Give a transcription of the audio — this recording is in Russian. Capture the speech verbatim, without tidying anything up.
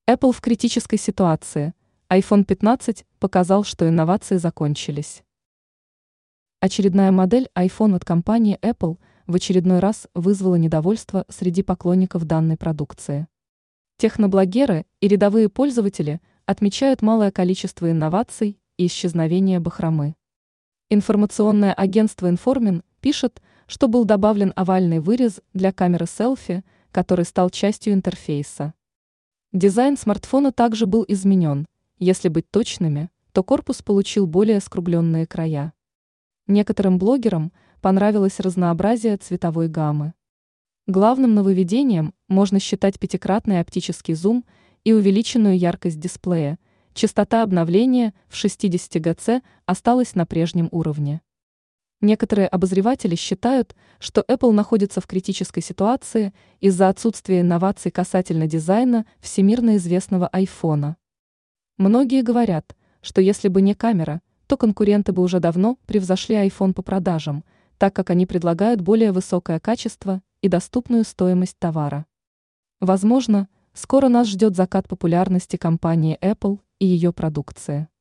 Apple в критической ситуации. айфон пятнадцать показал, что инновации закончились. Очередная модель iPhone от компании Apple в очередной раз вызвала недовольство среди поклонников данной продукции. Техноблогеры и рядовые пользователи отмечают малое количество инноваций и исчезновение бахромы. Информационное агентство Informin пишет, что был добавлен овальный вырез для камеры селфи, который стал частью интерфейса. Дизайн смартфона также был изменен. Если быть точными, то корпус получил более скругленные края. Некоторым блогерам понравилось разнообразие цветовой гаммы. Главным нововведением можно считать пятикратный оптический зум и увеличенную яркость дисплея. Частота обновления в шестьдесят герц осталась на прежнем уровне. Некоторые обозреватели считают, что Apple находится в критической ситуации из-за отсутствия инноваций касательно дизайна всемирно известного айфона. Многие говорят, что если бы не камера, то конкуренты бы уже давно превзошли iPhone по продажам, так как они предлагают более высокое качество и доступную стоимость товара. Возможно, скоро нас ждет закат популярности компании Apple и ее продукции.